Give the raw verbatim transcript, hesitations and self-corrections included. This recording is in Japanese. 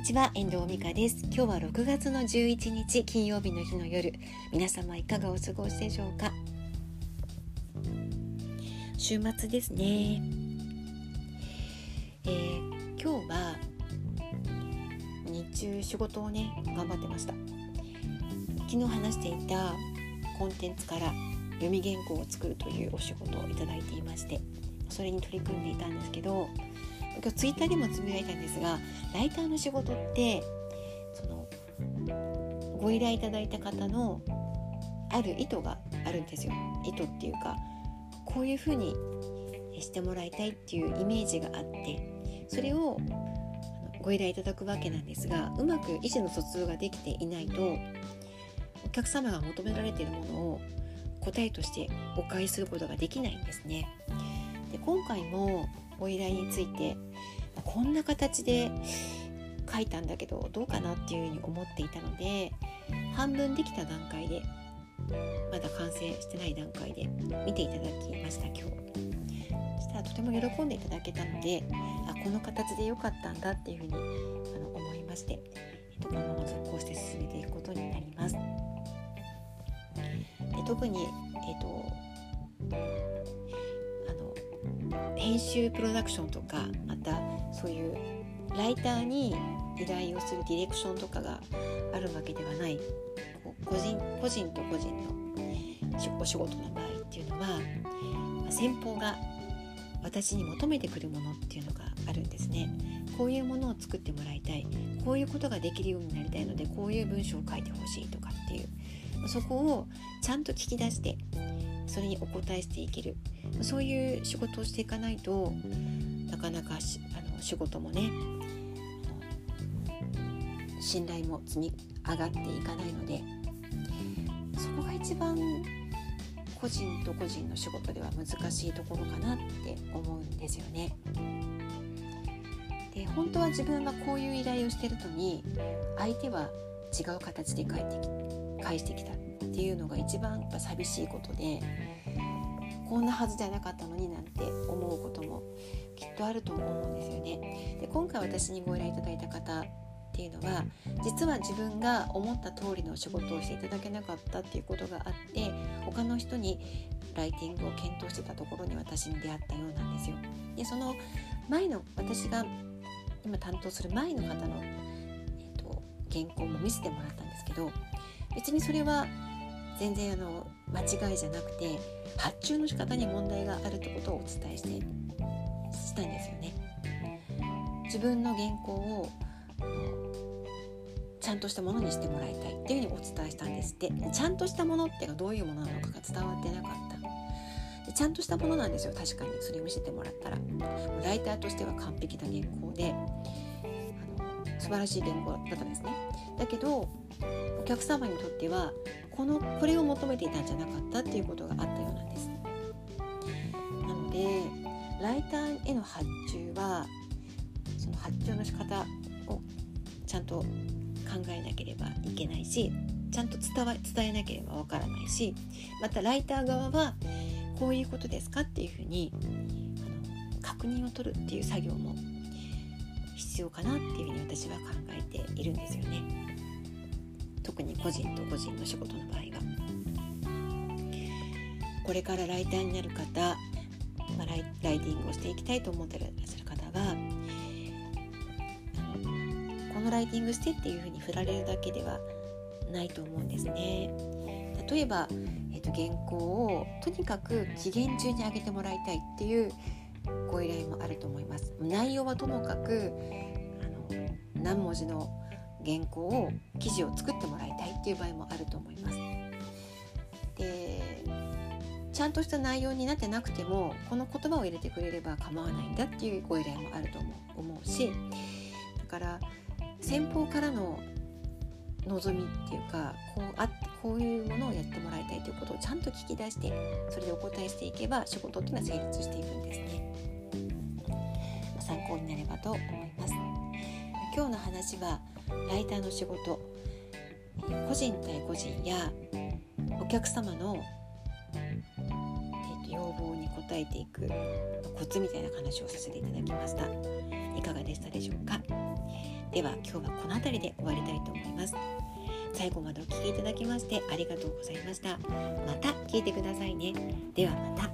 ちは、遠藤美香です。今日はろくがつのじゅういちにち金曜日の日の夜、皆様いかがお過ごしでしょうか。週末ですね。えー、今日は日中仕事をね頑張ってました。昨日話していたコンテンツから読み原稿を作るというお仕事をいただいていまして、それに取り組んでいたんですけど、今日ツイッターでもつぶやいたんですが、ライターの仕事ってそのご依頼いただいた方のある意図があるんですよ。意図っていうか、こういうふうにしてもらいたいっていうイメージがあって、それをご依頼いただくわけなんですが、うまく意思の疎通ができていないと、お客様が求められているものを答えとしてお返しすることができないんですね。で、今回もご依頼についてこんな形で書いたんだけどどうかなっていうふうに思っていたので、半分できた段階で、まだ完成してない段階で見ていただきました。今日そしたらとても喜んでいただけたので、あ、この形で良かったんだっていうふうにあの思いまして、えっと、このまま続行して進めていくことになります。で、特に、えっと編集プロダクションとか、またそういうライターに依頼をするディレクションとかがあるわけではない、個人個人と個人のお仕事の場合っていうのは、先方が私に求めてくるものっていうのがあるんですね。こういうものを作ってもらいたい、こういうことができるようになりたいのでこういう文章を書いてほしいとかっていう、そこをちゃんと聞き出してそれにお答えしていける、そういう仕事をしていかないと、なかなかしあの仕事もね、あの信頼も積み上がっていかないので、そこが一番個人と個人の仕事では難しいところかなって思うんですよね。で、本当は自分はこういう依頼をしているのに、相手は違う形で返ってき返してきたっていうのが一番やっぱ寂しいことで、こんなはずじゃなかったのになんて思うこともきっとあると思うんですよね。で、今回私にご依頼いただいた方っていうのは、実は自分が思った通りの仕事をしていただけなかったっていうことがあって、他の人にライティングを検討してたところに私に出会ったようなんですよ。で、その前の私が今担当する前の方の、えっと、原稿も見せてもらったんですけど、別にそれは全然あの間違いじゃなくて、発注の仕方に問題があるってことをお伝えしてしたんですよね。自分の原稿をちゃんとしたものにしてもらいたいっていうふうにお伝えしたんですって。ちゃんとしたものってどういうものなのかが伝わってなかったで、ちゃんとしたものなんですよ。確かにそれを見せてもらったら、ライターとしては完璧な原稿で、あの素晴らしい原稿だったんですね。だけどお客様にとってはこのこれを求めていたんじゃなかったっていうことがあったようなんです。なのでライターへの発注は、その発注の仕方をちゃんと考えなければいけないし、ちゃんと伝わ伝えなければわからないし、またライター側はこういうことですかっていうふうにあの確認を取るっていう作業も必要かなっていうふうに私は考えているんですよね。特に個人と個人の仕事の場合は、これからライターになる方、まあ、ライ、ライティングをしていきたいと思っていらっしゃる方は、このライティングしてっていうふうに振られるだけではないと思うんですね。例えば、えっと、原稿をとにかく期限中に上げてもらいたいっていうご依頼もあると思います。内容はともかくあの何文字の原稿を記事を作ってもらいたいっていう場合もあると思います。で、ちゃんとした内容になってなくてもこの言葉を入れてくれれば構わないんだっていうご依頼もあると思う、思うし、だから先方からの望みっていうか、こうあこういうものをやってもらいたいということをちゃんと聞き出して、それでお答えしていけば仕事っていうのは成立していくんですね。参考になればと思います。今日の話はライターの仕事、個人対個人やお客様の、えー、と要望に応えていくコツみたいな話をさせていただきました。いかがでしたでしょうか。 では今日はこの辺りで終わりたいと思います。最後までお聞きいただきましてありがとうございました。また聞いてくださいね。ではまた。